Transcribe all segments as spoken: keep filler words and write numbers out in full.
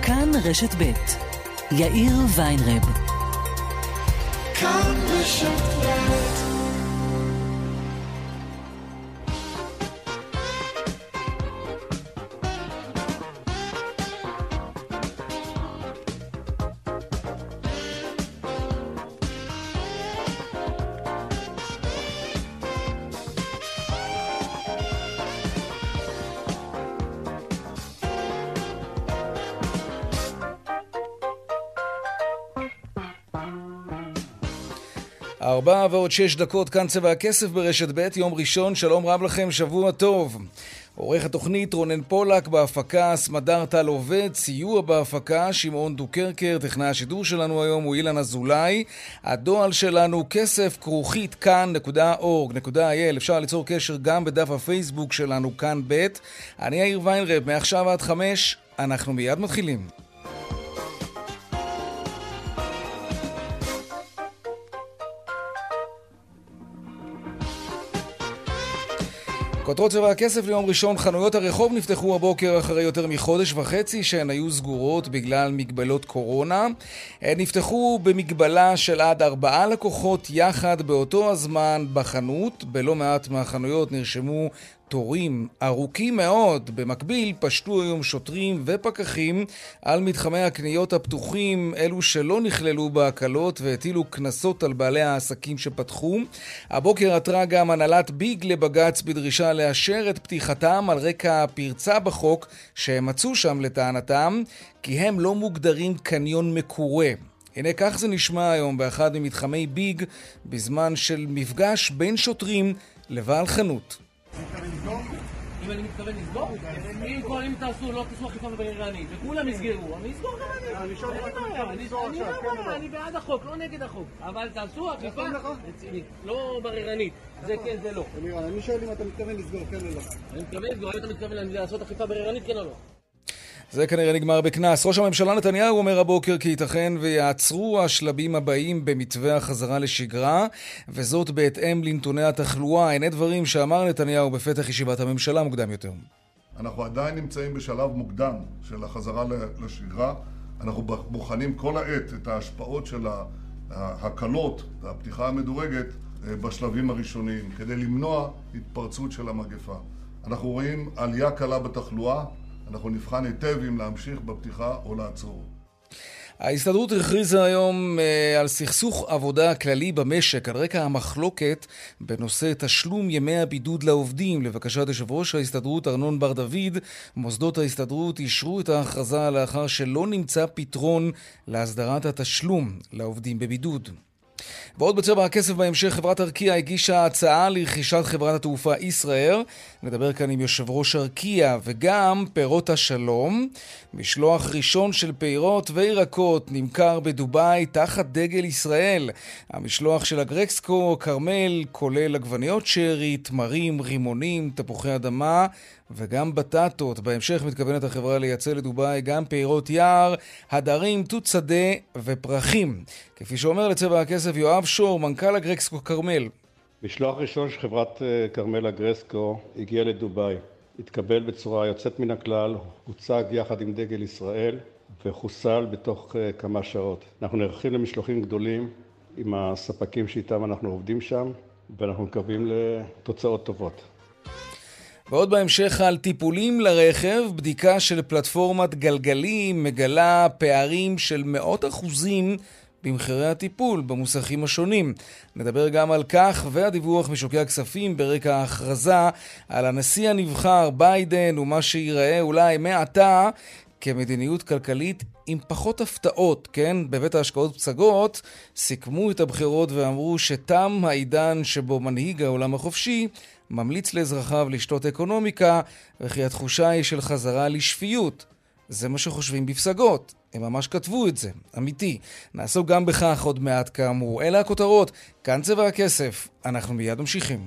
כאן רשת ב' יאיר ויינרב. כאן רשת ב'. ארבע ועוד שש דקות, כאן צבע הכסף ברשת ב', יום ראשון, שלום רב לכם, שבוע טוב. עורך התוכנית רונן פולק, בהפקה סמדר טל עובד, סיוע בהפקה שמעון דוקרקר, טכנאי השידור שלנו היום הוא אילן אזולאי. הדואל שלנו כסף כרוכית כאן נקודה אורג נקודה איי אל, אפשר ליצור קשר גם בדף הפייסבוק שלנו כאן ב'. אני יאיר ויינרב, מעכשיו עד חמש, אנחנו מיד מתחילים. כותרות צבע הכסף ליום ראשון, חנויות הרחוב נפתחו הבוקר אחרי יותר מחודש וחצי שהן היו סגורות בגלל מגבלות קורונה. הן נפתחו במגבלה של עד ארבעה לקוחות יחד באותו הזמן בחנות. בלא מעט מהחנויות נרשמו תורים ארוכים מאוד. במקביל פשטו היום שוטרים ופקחים על מתחמי הקניות הפתוחים, אלו שלא נכללו בהקלות, והטילו קנסות על בעלי העסקים שפתחו. הבוקר עתרה גם הנהלת ביג לבג"ץ בדרישה לאשר את פתיחתם על רקע הפרצה בחוק שהם מצאו שם לטענתם, כי הם לא מוגדרים קניון מקורה. הנה כך זה נשמע היום באחד ממתחמי ביג בזמן של מפגש בין שוטרים לבעל חנות. אם אני מתכוון לסגור, אם כל אם תעשו, לא תעשו אכיפה בררנית, וכולם יסגרו, אני אסגור גם אני. אני בעד החוק, לא נגד החוק, אבל תעשו אכיפה לא בררנית, זה כן, זה לא. אני שואל אם אתה מתכוון לסגור, כן או לא. אני מתכוון לסגור, אם אתה מתכוון לעשות אכיפה בררנית, כן או לא. זה כנראה נגמר בכנס. ראש הממשלה נתניהו אומר הבוקר כי ייתכן ויעצרו השלבים הבאים במתווה החזרה לשגרה, וזאת בהתאם לנתוני התחלואה. הנה דברים שאמר נתניהו בפתח ישיבת הממשלה מוקדם יותר. אנחנו עדיין נמצאים בשלב מוקדם של החזרה לשגרה. אנחנו בוחנים כל העת את ההשפעות של ההקלות, הפתיחה המדורגת בשלבים הראשוניים, כדי למנוע התפרצות של המגפה. אנחנו רואים עלייה קלה בתחלואה, אנחנו נבחן היטב אם להמשיך בפתיחה או לעצור. ההסתדרות הכריזה היום אה, על סכסוך עבודה כללי במשק על רקע המחלוקת בנושא תשלום ימי הבידוד לעובדים. לבקשת יושב ראש ההסתדרות ארנון בר דוד, מוסדות ההסתדרות אישרו את ההכרזה לאחר שלא נמצא פתרון להסדרת התשלום לעובדים בבידוד. ועוד בצבע הכסף בהמשך, חברת ארקיע הגישה הצעה לרכישת חברת התעופה ישראייר. נדבר כאן עם יושב ראש ארקיע. וגם פירות השלום, משלוח ראשון של פירות וירקות נמכר בדוביי תחת דגל ישראל. המשלוח של הגרקסקו קרמל כולל עגבניות שרי, תמרים, רימונים, תפוחי אדמה וגם בטטות. בהמשך מתכוונת החברה לייצא לדוביי גם פירות יער, הדרים, תות שדה ופרחים. כפי שאומר לצבע הכסף יואב שור, מנכ"ל הגרקסקו קרמל. משלוח ראשון של חברת קרמל הגרקסקו הגיע לדוביי. התקבל בצורה יוצאת מן הכלל, הוצג יחד עם דגל ישראל וחוסל בתוך כמה שעות. אנחנו נערכים למשלוחים גדולים עם הספקים שאיתם אנחנו עובדים שם, ואנחנו מקווים לתוצאות טובות. ועוד בהמשך על טיפולים לרכב, בדיקה של פלטפורמת גלגלים מגלה פערים של מאות אחוזים במחירי הטיפול במוסכים השונים. נדבר גם על כך והדיווח משוקי הכספים ברקע ההכרזה על הנשיא הנבחר ביידן ומה שיראה אולי מעתה כמדיניות כלכלית עם פחות הפתעות, כן? בבית ההשקעות פסגות סיכמו את הבחירות ואמרו שתם העידן שבו מנהיג העולם החופשי ממליץ לאזרחיו לשתות אקונומיקה, וכי התחושה היא של חזרה לשפיות. זה מה שחושבים בפסגות. הם ממש כתבו את זה. אמיתי. נעסוק גם בכך עוד מעט כאמור. אלה הכותרות. כאן צבע הכסף. אנחנו מיד ממשיכים.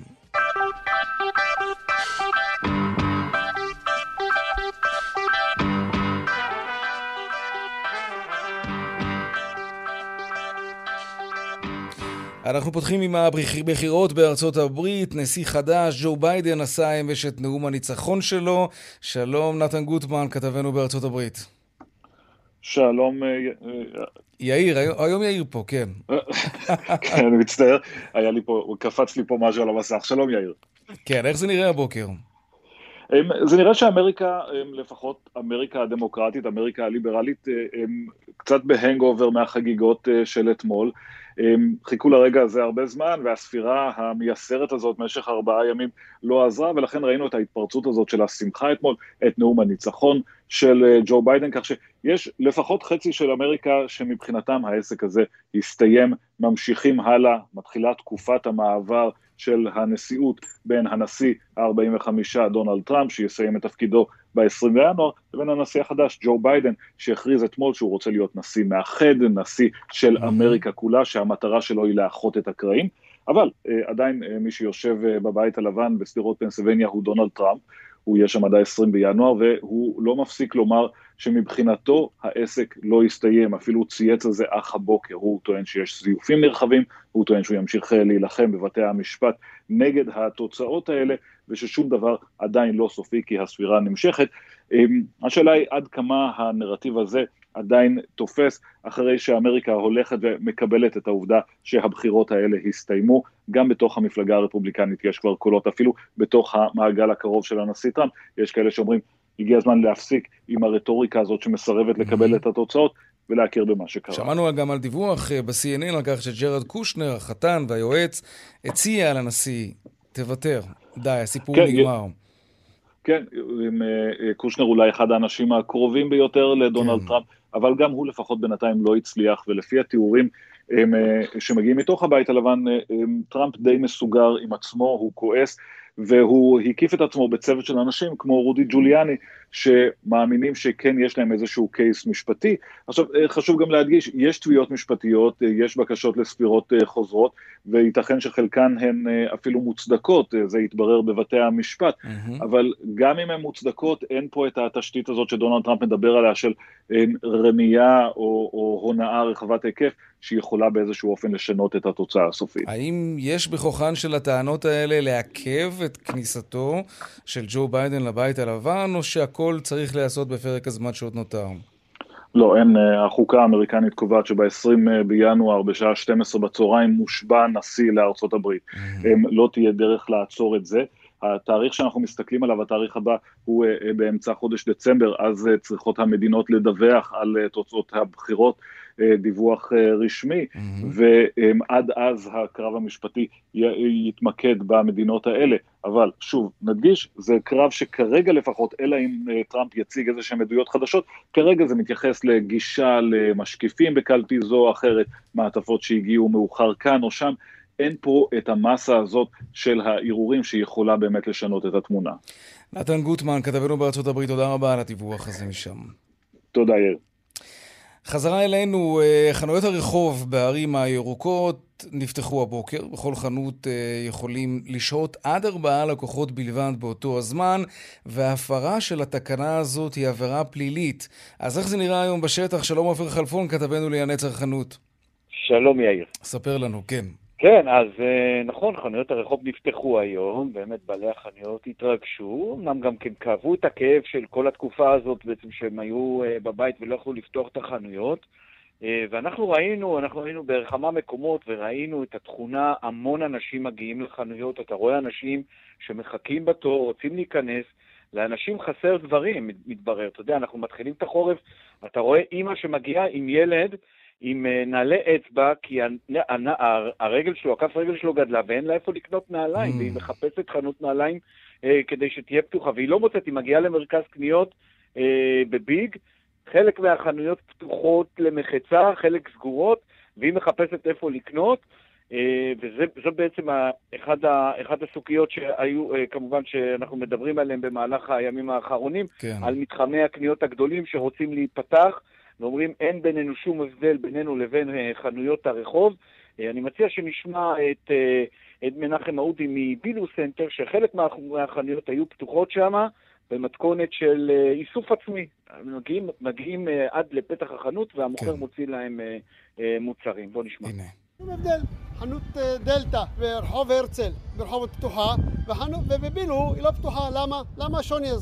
אנחנו פותחים עם הבחירות בארצות הברית. נשיא חדש, ג'ו ביידן, עשה אמש את נאום הניצחון שלו. שלום נתן גוטמן, כתבנו בארצות הברית. שלום. יאיר, היום יאיר פה, כן. כן, אני מצטער. היה לי פה, קפץ לי פה משהו על המסך. שלום יאיר. כן, איך זה נראה הבוקר? זה נראה שאמריקה, לפחות אמריקה הדמוקרטית, אמריקה הליברלית, קצת בהנגאובר מהחגיגות של אתמול. חיכו לרגע הזה הרבה זמן, והספירה המייסרת הזאת במשך ארבעה ימים לא עזרה, ולכן ראינו את ההתפרצות הזאת של השמחה אתמול, את נאום הניצחון של ג'ו ביידן, כך שיש לפחות חצי של אמריקה שמבחינתם העסק הזה הסתיים, ממשיכים הלאה, מתחילה תקופת המעבר של הנשיאות בין הנשיא ה-ארבעים וחמש דונלד טראמפ, שיסיים את תפקידו ב-עשרים בינואר, לבין הנשיא החדש ג'ו ביידן, שהכריז אתמול שהוא רוצה להיות נשיא מאחד, נשיא של אמריקה כולה, שהמטרה שלו היא לאחות את הקרעים, אבל אה, עדיין אה, מי שיושב אה, בבית הלבן בסדירות פנסילבניה הוא דונלד טראמפ, הוא יהיה שם עד ה-עשרים בינואר, והוא לא מפסיק לומר שמבחינתו העסק לא יסתיים, אפילו הוא צייץ על זה אך הבוקר, הוא טוען שיש זיופים נרחבים, הוא טוען שהוא ימשיך להילחם בבתי המשפט נגד התוצאות האלה, וששום דבר עדיין לא סופי כי הספירה נמשכת. השאלה היא עד כמה הנרטיב הזה עדיין תופס, אחרי שאמריקה הולכת ומקבלת את העובדה שהבחירות האלה הסתיימו, גם בתוך המפלגה הרפובליקנית יש כבר קולות, אפילו בתוך המעגל הקרוב של הנשיא טראמפ, יש כאלה שאומרים, הגיע הזמן להפסיק עם הרטוריקה הזאת שמסרבת לקבל את התוצאות, ולהכיר במה שקרה. שמענו גם על דיווח ב-סי אן אן על כך שג'רד קושנר, החתן והיועץ, הציע לנשיא, תוותר, די, הסיפור כן, נגמר. כן, קושנר אולי אחד האנשים הקרובים ביותר לדונלד כן. טראמפ, אבל גם הוא לפחות בינתיים לא הצליח, ולפי התיאורים הם, שמגיעים מתוך הבית הלבן, הם, טראמפ די מסוגר עם עצמו, הוא כועס, והוא הקיף את עצמו בצוות של אנשים כמו רודי ג'וליאני, שמאמינים שכן יש להם איזשהו קייס משפטי. עכשיו, חשוב גם להדגיש, יש תביעות משפטיות, יש בקשות לספירות חוזרות, וייתכן שחלקן הן אפילו מוצדקות, זה יתברר בבתי המשפט, mm-hmm. אבל גם אם הן מוצדקות, אין פה את התשתית הזאת שדונלד טראמפ מדבר עליה, של רמייה או, או הונאה רחבת היקף, שיכולה באיזשהו אופן לשנות את התוצאה הסופית. האם יש בכוחן של הטענות האלה לעכב את כניסתו של ג'ו ביידן לבית הלבן, או שהכל צריך לעשות בפרק הזמן שעוד נותר? לא, אין, החוקה האמריקנית קובעת שב-עשרים בינואר בשעה שתים עשרה בצהריים מושבע נשיא לארצות הברית. Mm-hmm. לא תהיה דרך לעצור את זה. התאריך שאנחנו מסתכלים עליו, התאריך הבא, הוא באמצע חודש דצמבר, אז צריכות המדינות לדווח על תוצאות הבחירות, דיווח רשמי, mm-hmm. ועד אז הקרב המשפטי יתמקד במדינות האלה. אבל שוב, נדגיש, זה קרב שכרגע לפחות, אלא אם טראמפ יציג איזה שהן עדויות חדשות, כרגע זה מתייחס לגישה למשקיפים בקלפי זו או אחרת, מעטפות שהגיעו מאוחר כאן או שם, אין פה את המסה הזאת של העירורים שיכולה באמת לשנות את התמונה. נתן גוטמן, כתבנו בארצות הברית, תודה רבה על הדיווח הזה משם. תודה, יאיר. חזרה אלינו, חנויות הרחוב בערים הירוקות נפתחו הבוקר. בכל חנות יכולים לשהות עד ארבעה לקוחות בלבד באותו הזמן, וההפרה של התקנה הזאת היא עבירה פלילית. אז איך זה נראה היום בשטח? שלום עופר חלפון, כתבנו לענייני צרכנות. שלום יאיר. ספר לנו, כן. כן, אז נכון, חנויות הרחוב נפתחו היום, באמת בעלי החנויות התרגשו, אמנם גם כן כאבו את הכאב של כל התקופה הזאת בעצם שהם היו בבית ולא יכלו לפתוח את החנויות, ואנחנו ראינו, אנחנו ראינו בכמה מקומות וראינו את התכונה, המון אנשים מגיעים לחנויות, אתה רואה אנשים שמחכים בתור, רוצים להיכנס, לאנשים חסר דברים, מתברר, אתה יודע, אנחנו מתחילים את החורף, אתה רואה אמא שמגיעה עם ילד, עם נעלי אצבע, כי הרגל שלו, הכף רגל שלו גדלה, ואין לה איפה לקנות נעליים, והיא מחפשת חנות נעליים כדי שתהיה פתוחה, והיא לא מוצאת, היא מגיעה למרכז קניות בביג, חלק מהחנויות פתוחות למחצה, חלק סגורות, והיא מחפשת איפה לקנות, וזו בעצם אחד, אחד הסוגיות שהיו, כמובן שאנחנו מדברים עליהם במהלך הימים האחרונים, כן. על מתחמי הקניות הגדולים שרוצים להיפתח, ואומרים אין בינינו שום הבדל בינינו לבין חנויות הרחוב. אני מציע שנשמע את, את מנחם אודי מבילו סנטר, שחלק מהחנויות היו פתוחות שם, במתכונת של איסוף עצמי. מגיעים, מגיעים עד לפתח החנות, והמוכר כן. מוציא להם מוצרים. בוא נשמע. הנה. שום הבדל, חנות דלטה ברחוב הרצל, ברחוב פתוחה, ובבילו היא לא פתוחה. למה? למה השוני הזה?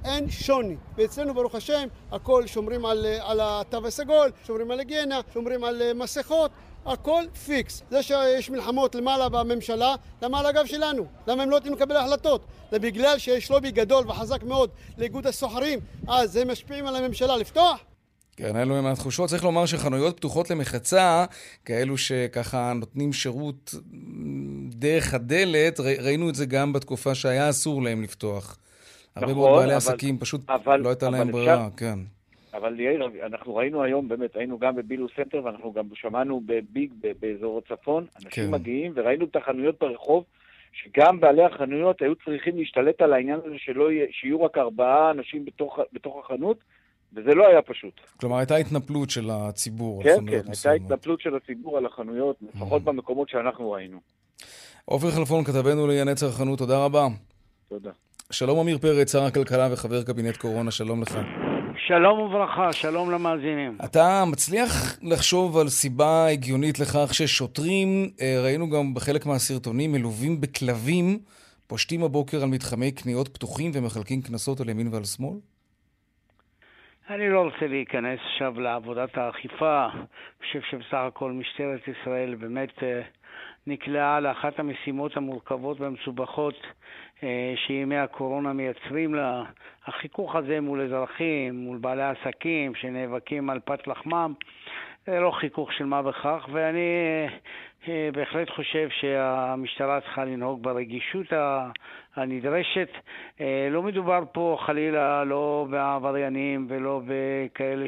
אין שוני. ואצלנו ברוך השם, הכל שומרים על, על התו הסגול, שומרים על היגיינה, שומרים על מסכות, הכל פיקס. זה שיש מלחמות למעלה בממשלה, למה על הגב שלנו? למה הם לא יודעים לקבל החלטות? זה בגלל שיש לובי גדול וחזק מאוד לאיגוד הסוחרים, אז הם משפיעים על הממשלה לפתוח? כן, אלו הם התחושות. צריך לומר שחנויות פתוחות למחצה, כאלו שככה נותנים שירות דרך הדלת, ראינו את זה גם בתקופה שהיה אסור להם לפתוח. הרבה נכון, מאוד בעלי אבל, עסקים פשוט אבל, לא הייתה אבל להם אפשר, ברירה, כן. אבל יאיר, אנחנו ראינו היום, באמת, היינו גם בבילו סנטר, ואנחנו גם שמענו בביג, באזור הצפון, אנשים כן. מגיעים, וראינו את החנויות ברחוב, שגם בעלי החנויות היו צריכים להשתלט על העניין הזה, שלא יהיה, שיהיו רק ארבעה אנשים בתוך, בתוך החנות, וזה לא היה פשוט. כלומר, הייתה התנפלות של הציבור. כן, כן, הייתה התנפלות של הציבור על החנויות, לפחות במקומות שאנחנו ראינו. עופר חלפון, כתבנו לענייני צרכנות, תודה רבה. תודה. שלום אמיר פרץ, שר הכלכלה וחבר קבינט קורונה, שלום לך. שלום וברכה, שלום למאזינים. אתה מצליח לחשוב על סיבה הגיונית לכך ששוטרים, ראינו גם בחלק מהסרטונים, מלווים בכלבים, פושטים הבוקר על מתחמי קניות פתוחים ומחלקים כנסות על ימין ועל שמאל? אני לא רוצה להיכנס עכשיו לעבודת האכיפה. אני חושב שבסך הכל משטרת ישראל באמת נקלעה לאחת המשימות המורכבות והמסובכות שימי הקורונה מייצרים לה. החיכוך הזה מול אזרחים, מול בעלי עסקים שנאבקים על פת לחמם, זה לא חיכוך של מה בכך, ואני בהחלט חושב שהמשטרה צריכה לנהוג ברגישות הנדרשת. לא מדובר פה חלילה לא בעבריינים ולא בכאלה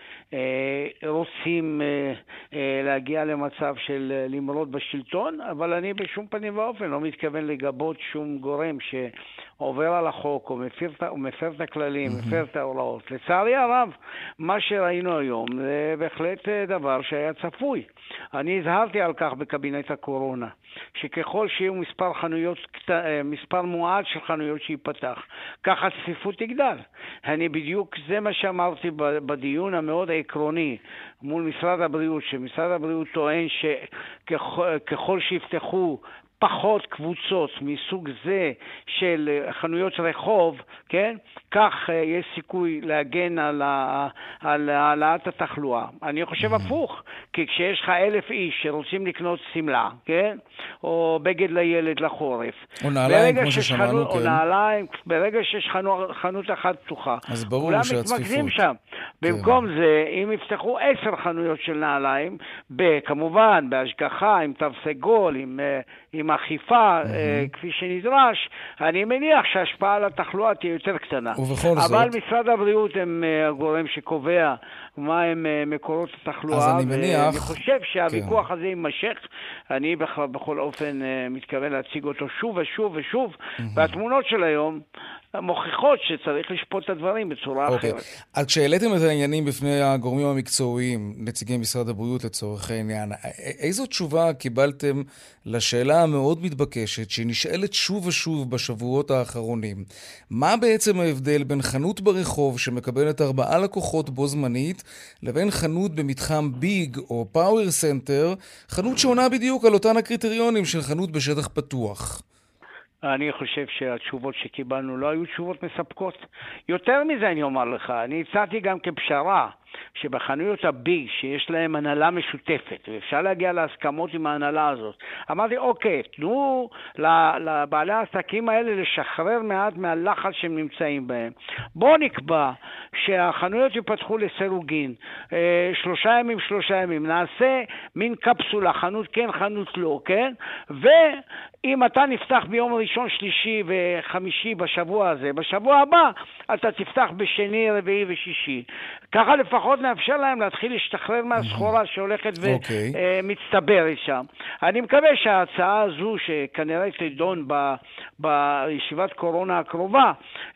שרוצים להגיע למצב של למרוד בשלטון, אבל אני בשום פנים ואופן לא מתכוון לגבות שום גורם שעובר על החוק או מפר, או מפר את הכללים, mm-hmm. מפר את ההוראות. לצערי הרב, מה שראינו היום זה בהחלט דבר שהיה צפוי. אני הזהרתי על כך בקבינט הקורונה, שככל שיהיו מספר חנויות, מספר מועט של חנויות שיפתח, ככה צפיפות תגדל. אני בדיוק, זה מה שאמרתי בדיון המאוד עקרוני מול משרד הבריאות, שמשרד הבריאות טוען שככל שיפתחו פחות קבוצות מסוג זה של חנויות רחוב, כן? כך יש סיכוי להגן על העלאת התחלואה. אני חושב הפוך, כי כשיש לך אלף איש שרוצים לקנות סמלה, כן? או בגד לילד לחורף. או נעליים, כמו ששמענו, כן. או נעליים, ברגע שיש חנות, חנות אחת פתוחה. אז ברור שהצפיפות. שם. במקום זה, אם יפתחו עשר חנויות של נעליים, כמובן, בהשגחה, עם תו סגול, עם... עם אכיפה, mm-hmm. כפי שנדרש, אני מניח שההשפעה על התחלואה תהיה יותר קטנה. ובכל אבל זאת... אבל משרד הבריאות הם הגורם שקובע מה הם מקורות התחלואה. אז אני מניח... ואני חושב שהוויכוח כן. הזה יימשך. אני בכל, בכל אופן מתכוון להציג אותו שוב ושוב ושוב. Mm-hmm. והתמונות של היום מוכיחות שצריך לשפוט את הדברים בצורה okay. אחרת. אז כשהעליתם את העניינים בפני הגורמים המקצועיים, נציגי משרד הבריאות לצורך העניין, איזו תשובה קיבלתם לשאלה המאוד מתבקשת, שנשאלת שוב ושוב בשבועות האחרונים? מה בעצם ההבדל בין חנות ברחוב שמקבלת ארבעה לקוחות בו זמנית, לבין חנות במתחם ביג או פאוור סנטר, חנות שעונה בדיוק על אותן הקריטריונים של חנות בשטח פתוח? אני חושב שהתשובות שקיבלנו לא היו תשובות מספקות. יותר מזה אני אומר לך, אני הצעתי גם כפשרה, שבחנויות הביג שיש להם הנהלה משותפת, ואפשר להגיע להסכמות עם ההנהלה הזאת. אמרתי, אוקיי, תנו לבעלי העסקים האלה לשחרר מעט מהלחץ שהם נמצאים בהם. בואו נקבע שהחנויות ייפתחו לסירוגין, אה, שלושה ימים, שלושה ימים. נעשה מין קפסולה, חנות כן, חנות לא, כן? ואם אתה נפתח ביום ראשון, שלישי וחמישי בשבוע הזה, בשבוע הבא אתה תפתח בשני, רביעי ושישי. ככה לפחות נאפשר להם להתחיל להשתחרר מהסחורה שהולכת ומצטברת שם. אני מקווה שההצעה הזו, שכנראה תדון בישיבת קורונה הקרובה,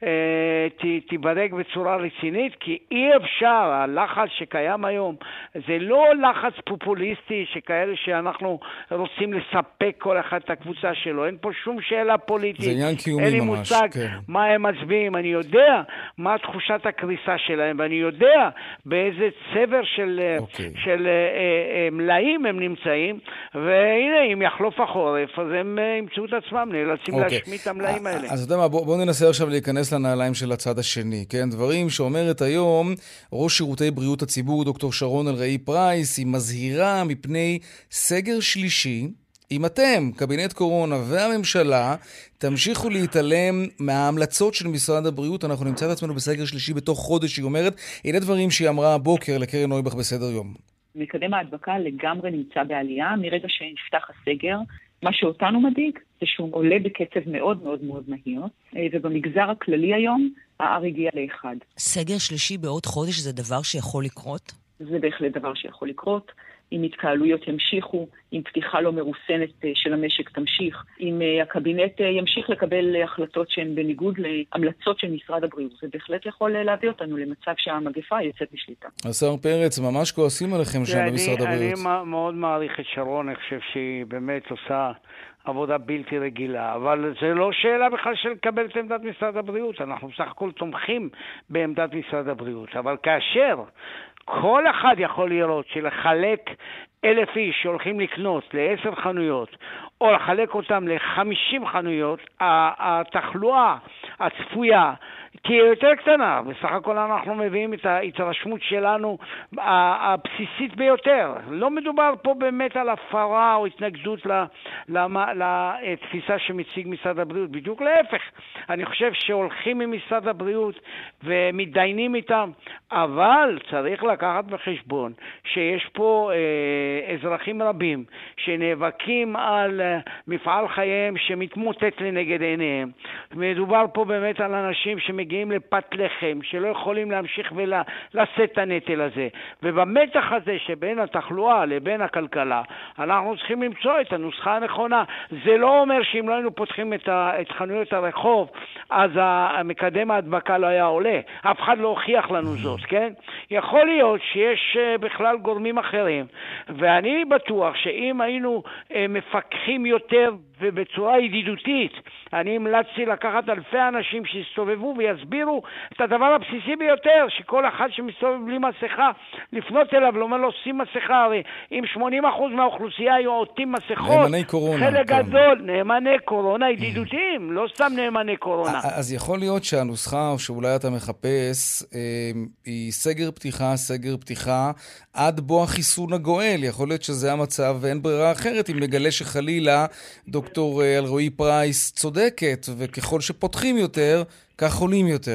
תיבדק בצורה רצינית, כי אי אפשר, הלחץ שקיים היום, זה לא לחץ פופוליסטי שכאלה שאנחנו רוצים לספק כל אחד את הקבוצה שלו. אין פה שום שאלה פוליטית. זה עניין קיומי אין לי ממש. מושג כן. מה הם מצביעים. אני יודע מה תחושת הקריסה שלהם, ואני יודע באיזה באיזה צבר של, okay. של אה, אה, מלאים הם נמצאים, והנה, אם יחלוף החורף, אז הם אה, ימצאו את עצמם, נאלצים okay. להשמיד את המלאים האלה. אז אתה יודע מה, בוא, בוא ננסה עכשיו להיכנס לנעליים של הצד השני, כן? דברים שאומרת היום ראש שירותי בריאות הציבור, דוקטור שרון אלרעי פרייס, היא מזהירה מפני סגר שלישי, אם אתם, קבינט קורונה והממשלה, תמשיכו להתעלם מההמלצות של משרד הבריאות, אנחנו נמצא את עצמנו בסגר שלישי בתוך חודש, היא אומרת, הנה דברים שהיא אמרה הבוקר לקרן נויבך בסדר יום. מקדם ההדבקה לגמרי נמצא בעלייה, מרגע שנפתח הסגר, מה שאותנו מדאיג זה שהוא עולה בקצב מאוד מאוד מאוד מהיר, ובמגזר הכללי היום, ה-R הגיע לאחד. סגר שלישי בעוד חודש זה דבר שיכול לקרות? זה בהחלט דבר שיכול לקרות. אם התקהלויות ימשיכו, אם פתיחה לא מרוסנת של המשק תמשיך, אם הקבינט ימשיך לקבל החלטות שהן בניגוד להמלצות של משרד הבריאות, זה בהחלט יכול להביא אותנו למצב שהמגפה יוצאת משליטה. השר פרץ, ממש כועסים עליכם שם במשרד הבריאות. אני מאוד מעריך את שרון, אני חושב שהיא באמת עושה עבודה בלתי רגילה, אבל זה לא שאלה בכלל של לקבל את עמדת משרד הבריאות, אנחנו בסך הכל תומכים בעמדת משרד הבריאות, אבל כאשר כל אחד יכול לראות שלחלק אלף איש שהולכים לקנות לעשר חנויות, או לחלק אותם לחמישים חנויות, התחלואה הצפויה תהיה יותר קטנה. בסך הכל אנחנו מביאים את ההתרשמות שלנו הבסיסית ביותר. לא מדובר פה באמת על הפרה או התנגדות לתפיסה שמציג משרד הבריאות. בדיוק להפך. אני חושב שהולכים ממשרד הבריאות ומתדיינים איתם, אבל צריך לקחת בחשבון שיש פה אה, אזרחים רבים שנאבקים על אה, מפעל חייהם שמתמוטט לנגד עיניהם. מדובר פה באמת על אנשים שמגיעים לפת לחם, שלא יכולים להמשיך ולשאת את הנטל הזה. ובמתח הזה שבין התחלואה לבין הכלכלה, אנחנו צריכים למצוא את הנוסחה הנכונה. זה לא אומר שאם לא היינו פותחים את, ה, את חנויות הרחוב, אז המקדם ההדבקה לא היה עולה. אף אחד לא הוכיח לנו זאת, כן? יכול להיות שיש בכלל גורמים אחרים, ואני בטוח שאם היינו מפקחים יותר ובצורה ידידותית, אני המלצתי לקחת אלפי אנשים שיסתובבו ויסבירו את הדבר הבסיסי ביותר, שכל אחד שמסתובב בלי מסכה, לפנות אליו, לא אומר לו, שים מסכה, הרי אם שמונים אחוז מהאוכלוסייה היו עוטים מסכות, נאמני קורונה, חלק כן. גדול, נאמני קורונה ידידותיים, לא סתם נאמני קורונה. אז יכול להיות שהנוסחה שאולי אתה מחפש היא סגר פתיחה, סגר פתיחה, עד בוא החיסון הגואל. יכול להיות שזה המצב ואין ברירה אחרת, אם נגלה שחלילה דוקטור אלרעי פרייס צודקת, וככל שפותחים יותר, כך חולים יותר.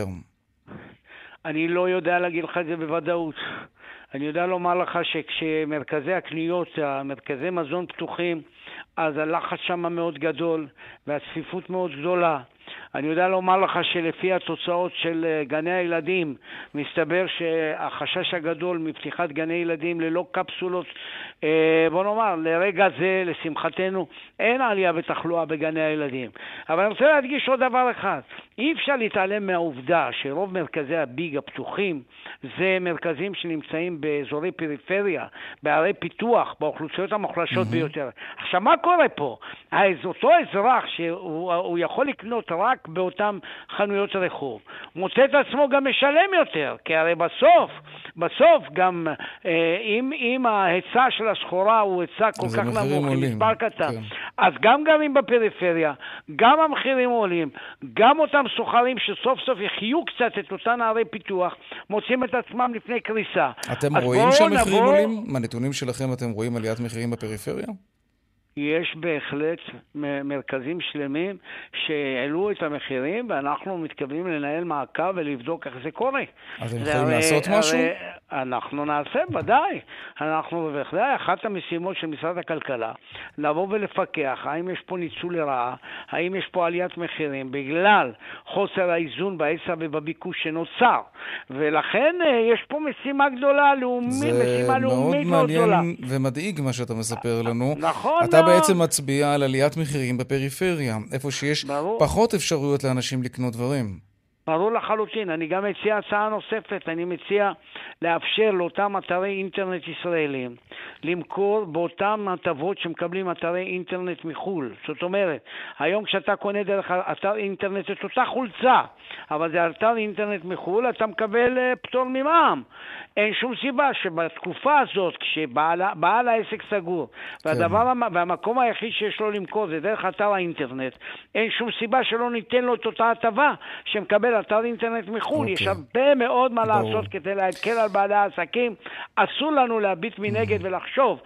אני לא יודע להגיד לך את זה בוודאות. אני יודע לומר לך שכשמרכזי הקניות, המרכזי מזון פתוחים, אז הלחץ שם מאוד גדול, והצפיפות מאוד גדולה. אני יודע לומר לך שלפי התוצאות של גני הילדים, מסתבר שהחשש הגדול מפתיחת גני ילדים ללא קפסולות, בוא נאמר, לרגע זה, לשמחתנו, אין עלייה בתחלואה בגני הילדים. אבל אני רוצה להדגיש עוד דבר אחד. אי אפשר להתעלם מהעובדה שרוב מרכזי הביג הפתוחים, זה מרכזים שנמצאים באזורי פריפריה, בערי פיתוח, באוכלוסיות המוחלשות mm-hmm. ביותר. עכשיו, מה קורה פה? אותו אזרח שהוא יכול לקנות רק באותם חנויות רחוב, מוצא את עצמו גם משלם יותר, כי הרי בסוף, בסוף גם אה, אם, אם ההיצע של הסחורה הוא היצע כל כך נמוך, מספר קטן, כן. אז גם גרים בפריפריה, גם המחירים עולים, גם אותם סוחרים שסוף סוף יחיו קצת את אותן ערי פיתוח, מוצאים את עצמם לפני קריסה. אתם רואים שהמחירים נבוא... עולים? מהנתונים שלכם אתם רואים עליית מחירים בפריפריה? יש בהחלט מרכזים שלמים שהעלו את המחירים, ואנחנו מתכוונים לנהל מעקב ולבדוק איך זה קורה. אז הם יכולים לעשות משהו? אנחנו נעשה, ודאי. אנחנו בהחלט, אחת המשימות של משרד הכלכלה, לבוא ולפקח, האם יש פה ניצול לרעה, האם יש פה עליית מחירים, בגלל חוסר האיזון בהיצע ובביקוש שנוצר. ולכן יש פה משימה גדולה, לאומית, משימה לאומית מאוד גדולה. זה מאוד מעניין ומדאיג מה שאתה מספר לנו. נכון. אתה בעצם מצביע על עליית מחירים בפריפריה, איפה שיש ברור. פחות אפשרויות לאנשים לקנות דברים. ברור לחלוטין. אני גם מציע הצעה נוספת, אני מציע לאפשר לאותם אתרי אינטרנט ישראלים למכור באותם הטבות שמקבלים אתרי אינטרנט מחול. זאת אומרת, היום כשאתה קונה דרך אתר אינטרנט את אותה חולצה, אבל זה אתר אינטרנט מחול, אתה מקבל פטור ממע"מ. אין שום סיבה שבתקופה הזאת, כשבעל העסק סגור, והדבר, והמקום היחיד שיש לו למכור זה דרך אתר האינטרנט, אין שום סיבה שלא ניתן לו את אותה הטבה שמקבל אתר אינטרנט מחול. יש הרבה מאוד מה לעשות כדי להקל על בעלי העסקים. אסור לנו להביט מנגד ולחשוב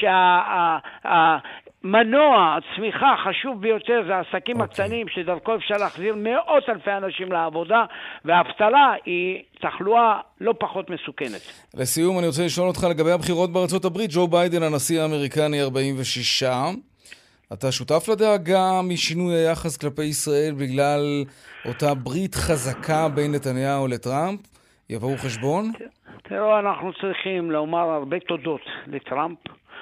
שהמנוע, הצמיחה החשוב ביותר זה העסקים הקטנים, שדרכו אפשר להחזיר מאות אלפי אנשים לעבודה, והאבטלה היא תחלואה לא פחות מסוכנת. לסיום, אני רוצה לשאול אותך לגבי הבחירות בארצות הברית. ג'ו ביידן, הנשיא האמריקני, ארבעים ושש. אתה שותף לדאגה משינוי היחס כלפי ישראל בגלל אותה ברית חזקה בין נתניהו לטראמפ? יבואו חשבון? תראו, אנחנו צריכים לומר הרבה תודות לטראמפ,